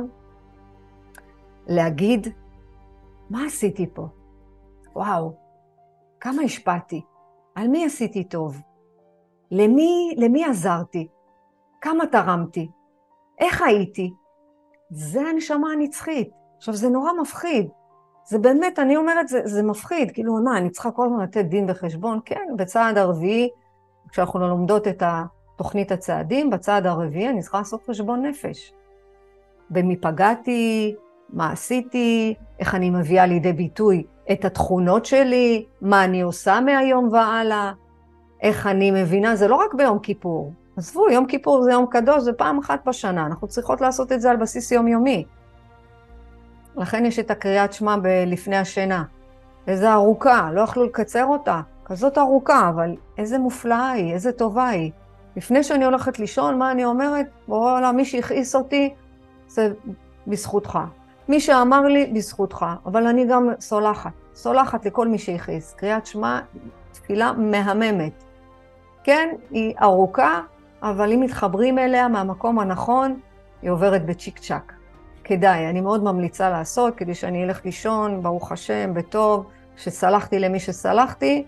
להגיד, מה עשיתי פה? וואו, כמה השפעתי? על מי עשיתי טוב? למי, למי עזרתי? כמה תרמתי? איך הייתי? זה הנשמה הנצחית. עכשיו, זה נורא מפחיד. זה באמת, אני אומרת, זה, זה מפחיד, כאילו, מה, אני צריכה כל הזמן לתת דין וחשבון? כן, בצעד הרביעי, כשאנחנו לומדות את תוכנית הצעדים, בצעד הרביעי אני צריכה לעשות חשבון נפש. במי פגעתי, מה עשיתי, איך אני מביאה לידי ביטוי את התכונות שלי, מה אני עושה מהיום והלאה, איך אני מבינה, זה לא רק ביום כיפור. עזבו, יום כיפור זה יום קדוש, זה פעם אחת בשנה, אנחנו צריכות לעשות את זה על בסיס יומיומי. לכן יש את הקריאת שמע לפני השינה. איזה ארוכה, לא יכלו לקצר אותה, כזאת ארוכה, אבל איזה מופלאה היא, איזה טובה היא. לפני שאני הולכת לישון, מה אני אומרת? בורא עולם, מי שהכעיס אותי, זה בזכותך. מי שאמר לי, בזכותך. אבל אני גם סולחת, סולחת לכל מי שהכעיס. קריאת שמע, תפילה מהממת. כן, היא ארוכה, אבל אם מתחברים אליה מהמקום הנכון, היא עוברת בצ'יק צ'ק. כדאי, אני מאוד ממליצה לעשות, כדי שאני אלך לישון, ברוך השם, בטוב, שסלחתי למי שסלחתי,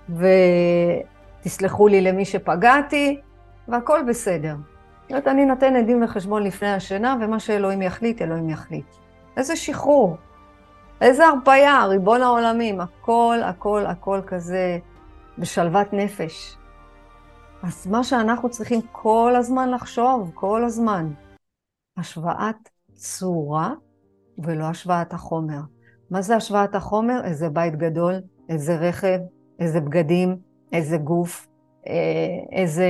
ותסלחו לי למי שפגעתי, והכל בסדר. זאת אומרת, אני נותנת דין וחשבון לפני השינה, ומה שאלוהים יחליט, אלוהים יחליט. איזה שחרור, איזה הרפאיה, ריבון העולמים, הכל, הכל, הכל כזה בשלוות נפש. אז מה שאנחנו צריכים כל הזמן לחשוב, כל הזמן, השוואת צורה ולא השוואת החומר. מה זה השוואת החומר? איזה בית גדול, איזה רכב, איזה בגדים, איזה גוף, איזה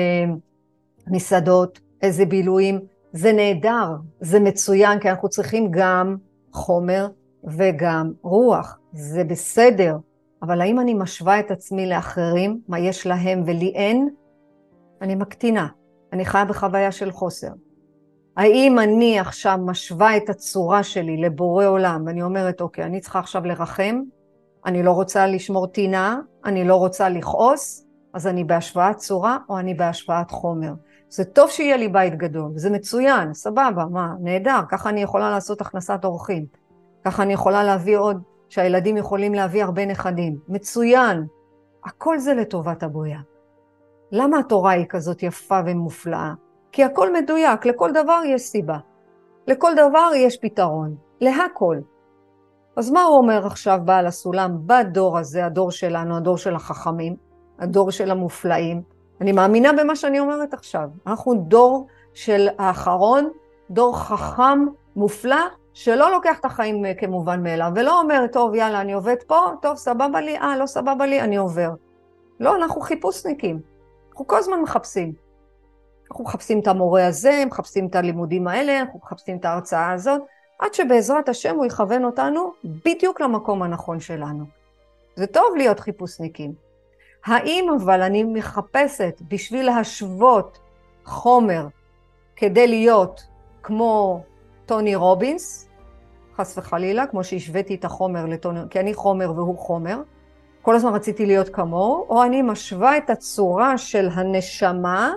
מסעדות, איזה בילויים. זה נהדר, זה מצוין, כי אנחנו צריכים גם חומר וגם רוח. זה בסדר, אבל האם אני משווה את עצמי לאחרים, מה יש להם ולי אין? אני מקטינה, אני חיה בחוויה של חוסר. האם אני עכשיו משווה את הצורה שלי לבורא עולם, ואני אומרת, אוקיי, אני צריכה עכשיו לרחם, אני לא רוצה לשמור טינה, אני לא רוצה לכעוס, אז אני בהשוואת צורה או אני בהשוואת חומר. זה טוב שיהיה לי בית גדול, זה מצוין, סבבה, מה, נהדר, ככה אני יכולה לעשות הכנסת אורחים, ככה אני יכולה להביא עוד, שהילדים יכולים להביא הרבה נכדים, מצוין, הכל זה לטובת הבריאה. למה התורה היא כזאת יפה ומופלאה? כי הכל מדויק, לכל דבר יש סיבה. לכל דבר יש פתרון, להכל. אז מה הוא אומר עכשיו בעל הסולם בדור הזה, הדור שלנו, הדור של החכמים, הדור של המופלאים? אני מאמינה במה שאני אומרת עכשיו. אנחנו דור של האחרון, דור חכם, מופלא, שלא לוקח את החיים כמובן מאליו, ולא אומר, טוב, יאללה, אני עובד פה, טוב, סבבה לי, אה, לא סבבה לי, אני עובר. לא, אנחנו חיפושניקים. אנחנו כל הזמן מחפשים. אנחנו מחפשים את המורה הזה, מחפשים את הלימודים האלה, אנחנו מחפשים את ההרצאה הזאת, עד שבעזרת השם הוא יכוון אותנו בדיוק למקום הנכון שלנו. זה טוב להיות חיפושניקים. האם אבל אני מחפשת בשביל להשוות חומר כדי להיות כמו טוני רובינס, חס וחלילה, כמו שהשוויתי את החומר לטוני, כי אני חומר והוא חומר, כל הזמן רציתי להיות כמוהו, או אני משווה את הצורה של הנשמה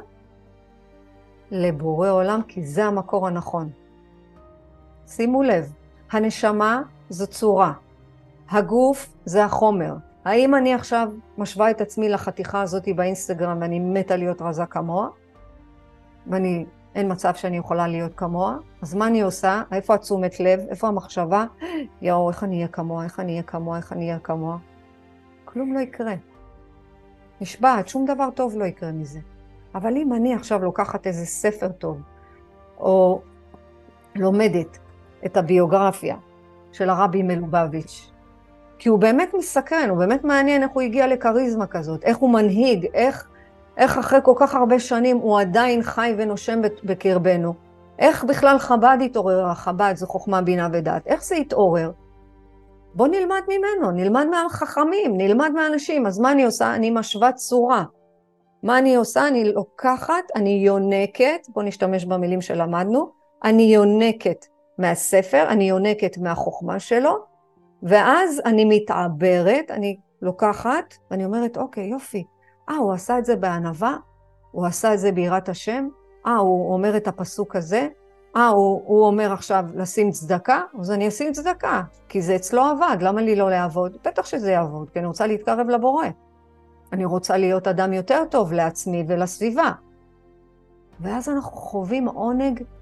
לבורא עולם, כי זה המקור הנכון. שימו לב, הנשמה זו צורה, הגוף זה החומר. האם אני עכשיו משווה את עצמי לחתיכה הזאת באינסטגרם ואני מתה להיות רזה כמוה? ואני, אין מצב שאני יכולה להיות כמוה? אז מה אני עושה? איפה התשומת לב? איפה המחשבה? יאו, איך אני אהיה כמוה? איך אני אהיה כמוה? איך אני אהיה כמוה? כלום לא יקרה. נשבעת, שום דבר טוב לא יקרה מזה. אבל אם אני עכשיו לוקחת איזה ספר טוב, או לומדת את הביוגרפיה של הרבי מלובביץ', כי הוא באמת מסקרן, הוא באמת מעניין איך הוא הגיע לקריזמה כזאת, איך הוא מנהיג, איך, איך אחרי כל כך הרבה שנים הוא עדיין חי ונושם בקרבנו, איך בכלל חב"ד התעורר, חב"ד זה חוכמה, בינה ודעת, איך זה התעורר? בוא נלמד ממנו, נלמד מהחכמים, נלמד מהאנשים. אז מה אני עושה? אני משווה צורה. מה אני עושה? אני לוקחת, אני יונקת, בוא נשתמש במילים שלמדנו, אני יונקת מהספר, אני יונקת מהחוכמה שלו, ואז אני מתעברת, אני לוקחת, ואני אומרת, אוקיי, יופי, אה, הוא עשה את זה בענווה, הוא עשה את זה ביראת השם, אה, הוא אומר את הפסוק הזה, אה, הוא, הוא אומר עכשיו לשים צדקה, אז אני אשים צדקה, כי זה אצלו עבד, למה לי לא לעבוד? בטח שזה יעבוד, כי אני רוצה להתקרב לבורא. אני רוצה להיות אדם יותר טוב לעצמי ולסביבה. ואז אנחנו חווים עונג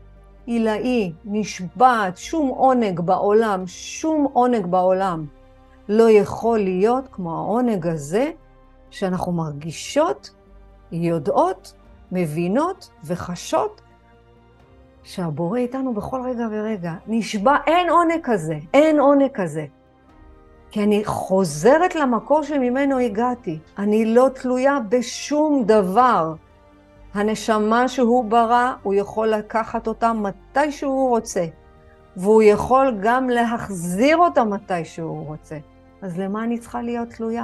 עילאי, נשבעת, שום עונג בעולם, שום עונג בעולם לא יכול להיות כמו העונג הזה שאנחנו מרגישות, יודעות, מבינות וחשות שהבורא איתנו בכל רגע ורגע. נשבע, אין עונג כזה, אין עונג כזה. כי אני חוזרת למקור שממנו הגעתי. אני לא תלויה בשום דבר. הנשמה שהוא ברא, הוא יכול לקחת אותה מתי שהוא רוצה. והוא יכול גם להחזיר אותה מתי שהוא רוצה. אז למה אני צריכה להיות תלויה?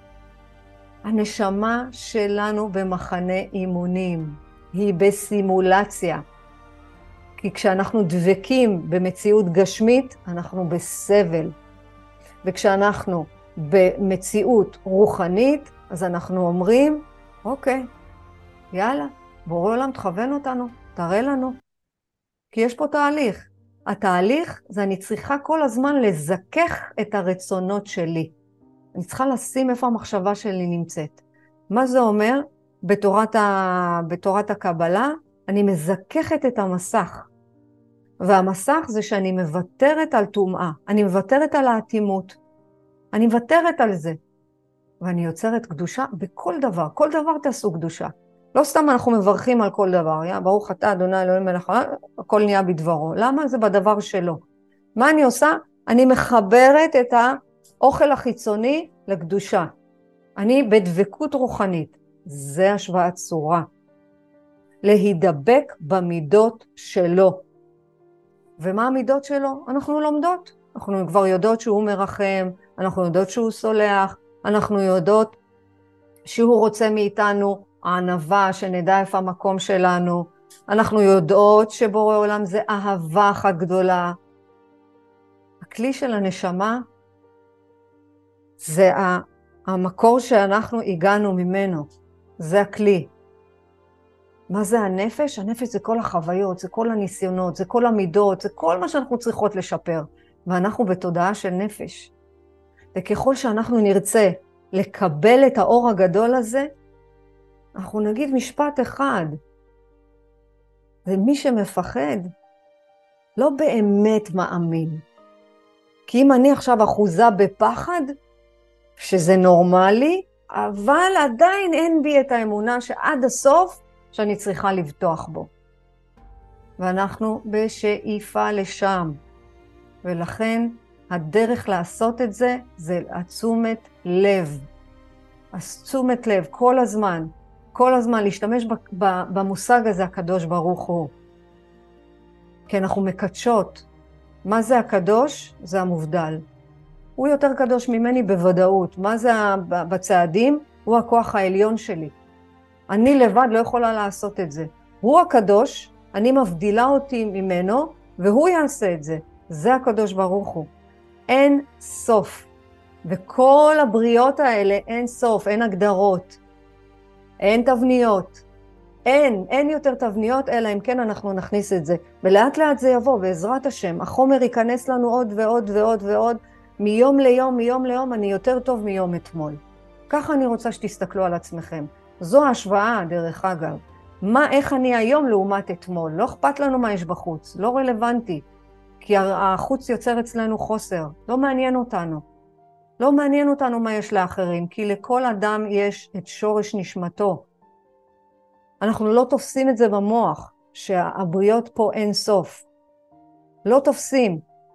הנשמה שלנו במחנה אימונים. היא בסימולציה. כי כשאנחנו דבקים במציאות גשמית, אנחנו בסבל. וכשאנחנו במציאות רוחנית, אז אנחנו אומרים, אוקיי, יאללה, בורא עולם תכוון אותנו, תראה לנו. כי יש פה תהליך. התהליך זה אני צריכה כל הזמן לזכך את הרצונות שלי. אני צריכה לשים איפה המחשבה שלי נמצאת. מה זה אומר? בתורת, ה... בתורת הקבלה, אני מזככת את המסך. והמסך זה שאני מוותרת על טומאה. אני מוותרת על האטימות. אני מוותרת על זה. ואני יוצרת קדושה בכל דבר. כל דבר תעשו קדושה. לא סתם אנחנו מברכים על כל דבר. יא, ברוך אתה, אדוני אלוהים מלך, הכל נהיה בדברו. למה? זה בדבר שלו. מה אני עושה? אני מחברת את האוכל החיצוני לקדושה. אני בדבקות רוחנית. זה השוואת צורה. להידבק במידות שלו. ומה המידות שלו? אנחנו לומדות. אנחנו כבר יודעות שהוא מרחם, אנחנו יודעות שהוא סולח, אנחנו יודעות שהוא רוצה מאיתנו הענווה, שנדע איפה המקום שלנו. אנחנו יודעות שבורא עולם זה אהבה אחת גדולה. הכלי של הנשמה זה המקור שאנחנו הגענו ממנו. זה הכלי. מה זה הנפש? הנפש זה כל החוויות, זה כל הניסיונות, זה כל המידות, זה כל מה שאנחנו צריכות לשפר. ואנחנו בתודעה של נפש. וככל שאנחנו נרצה לקבל את האור הגדול הזה, אנחנו נגיד משפט אחד. זה מי שמפחד לא באמת מאמין. כי אם אני עכשיו אחוזה בפחד, שזה נורמלי, אבל עדיין אין בי את האמונה שעד הסוף שאני צריכה לבטוח בו. ואנחנו בשאיפה לשם. ולכן הדרך לעשות את זה, זה תשומת לב. אז תשומת לב כל הזמן, כל הזמן להשתמש במושג הזה הקדוש ברוך הוא. כי אנחנו מקדשות. מה זה הקדוש? זה המובדל. הוא יותר קדוש ממני בוודאות. מה זה בצעדים? הוא הכוח העליון שלי. אני לבד לא יכולה לעשות את זה. הוא הקדוש, אני מבדילה אותי ממנו, והוא יעשה את זה. זה הקדוש ברוך הוא. אין סוף. וכל הבריות האלה אין סוף, אין הגדרות. אין תבניות. אין, אין יותר תבניות, אלא אם כן אנחנו נכניס את זה. ולאט לאט זה יבוא, בעזרת השם. החומר ייכנס לנו עוד ועוד ועוד ועוד. מיום ליום, מיום ליום, אני יותר טוב מיום אתמול. ככה אני רוצה שתסתכלו על עצמכם. זו ההשוואה, דרך אגב. מה, איך אני היום לעומת אתמול? לא אכפת לנו מה יש בחוץ, לא רלוונטי. כי החוץ יוצר אצלנו חוסר, לא מעניין אותנו. לא מעניין אותנו מה יש לאחרים, כי לכל אדם יש את שורש נשמתו. אנחנו לא תופסים את זה במוח, שהבריות פה אין סוף. לא תופסים.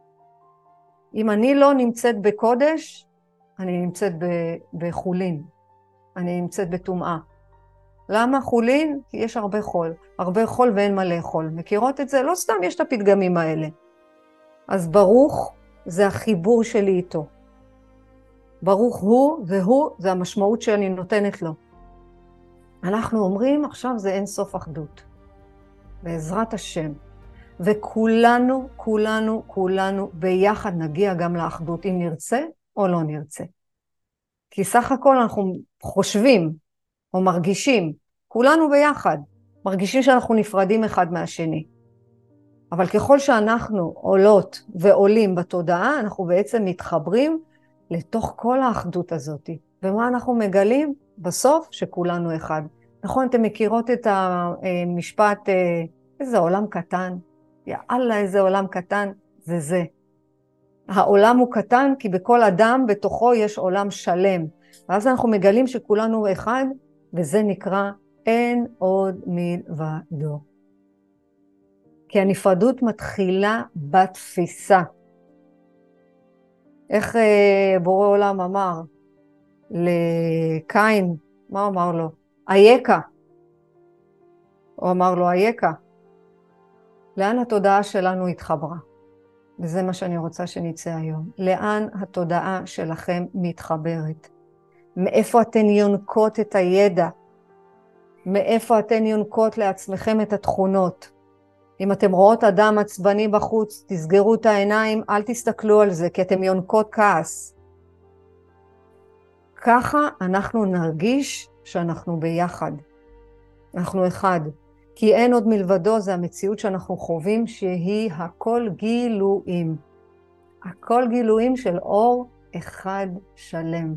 אם אני לא נמצאת בקודש, אני נמצאת בחולין. אני נמצאת בטומאה. למה חולין? כי יש הרבה חול. הרבה חול ואין מה לאכול. מכירות את זה? לא סתם יש את הפתגמים האלה. אז ברוך זה החיבור שלי איתו. ברוך הוא, והוא זה המשמעות שאני נותנת לו. אנחנו אומרים, עכשיו זה אין סוף אחדות. בעזרת השם. וכולנו, כולנו, כולנו ביחד נגיע גם לאחדות, אם נרצה או לא נרצה. כי סך הכל אנחנו חושבים או מרגישים, כולנו ביחד, מרגישים שאנחנו נפרדים אחד מהשני. אבל ככל שאנחנו עולות ועולים בתודעה, אנחנו בעצם מתחברים לתוך כל האחדות הזאת. ומה אנחנו מגלים? בסוף שכולנו אחד. נכון, אתם מכירות את המשפט, איזה עולם קטן, יאללה, איזה עולם קטן, זה זה. העולם הוא קטן כי בכל אדם בתוכו יש עולם שלם. ואז אנחנו מגלים שכולנו אחד, וזה נקרא אין עוד מלבדו. כי הנפרדות מתחילה בתפיסה. איך אה, בורא עולם אמר לקין, מה אמר לו? אייכה. הוא אמר לו אייכה. לאן התודעה שלנו התחברה? וזה מה שאני רוצה שנצא היום. לאן התודעה שלכם מתחברת? מאיפה אתן יונקות את הידע? מאיפה אתן יונקות לעצמכם את התכונות? אם אתם רואות אדם עצבני בחוץ, תסגרו את העיניים, אל תסתכלו על זה, כי אתם יונקות כעס. ככה אנחנו נרגיש שאנחנו ביחד. אנחנו אחד. כי אין עוד מלבדו, זה המציאות שאנחנו חווים, שהיא הכל גילויים. הכל גילויים של אור אחד שלם.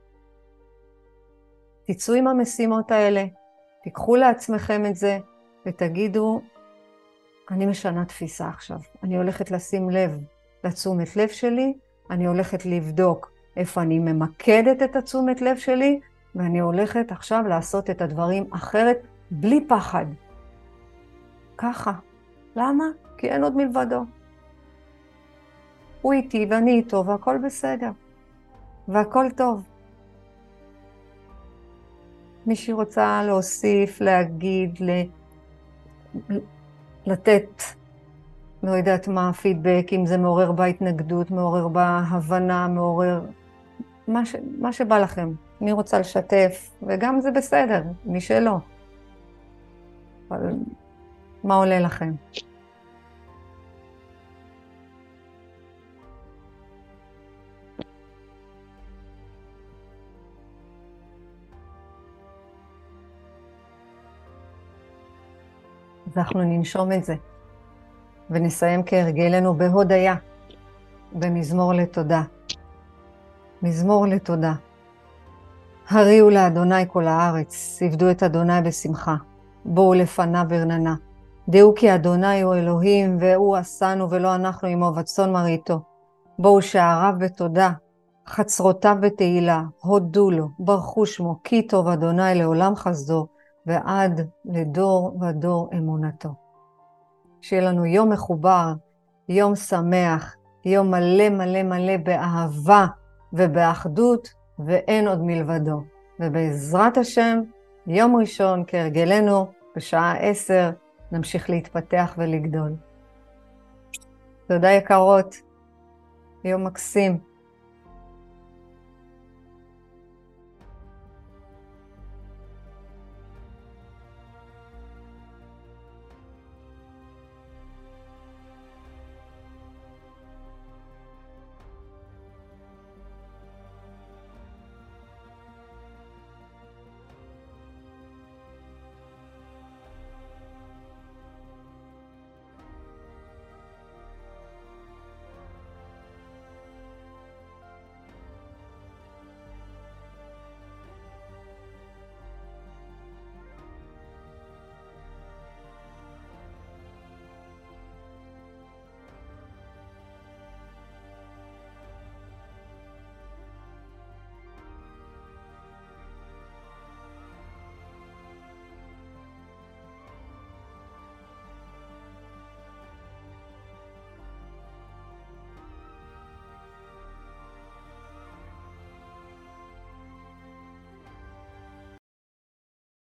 תצאו עם המשימות האלה, תיקחו לעצמכם את זה, ותגידו, אני משנה תפיסה עכשיו. אני הולכת לשים לב לתשומת לב שלי, אני הולכת לבדוק איפה אני ממקדת את התשומת לב שלי, ואני הולכת עכשיו לעשות את הדברים אחרת, בלי פחד. ככה. למה? כי אין עוד מלבדו. הוא איתי ואני איתו והכל בסדר. והכל טוב. מישהי רוצה להוסיף, להגיד, ל... לתת, לא יודעת מה הפידבק, אם זה מעורר בה התנגדות, מעורר בה הבנה, מעורר מה, ש... מה שבא לכם. מי רוצה לשתף, וגם זה בסדר, מי שלא. אבל מה עולה לכם? אז אנחנו ננשום את זה, ונסיים כהרגלנו בהודיה, במזמור לתודה. מזמור לתודה. הריעו לאדוני כל הארץ, עבדו את אדוני בשמחה, בואו לפניו ברננה. דעו כי אדוני הוא אלוהים, והוא עשנו ולא אנחנו עמו וצאן מרעיתו. בואו שעריו בתודה, חצרותיו בתהילה, הודו לו, ברכו שמו, כי טוב אדוני לעולם חסדו, ועד לדור ודור אמונתו. שיהיה לנו יום מחובר, יום שמח, יום מלא מלא מלא באהבה ובאחדות, ואין עוד מלבדו. ובעזרת השם, יום ראשון כהרגלנו, בשעה עשר, נמשיך להתפתח ולגדול. תודה יקרות, יום מקסים.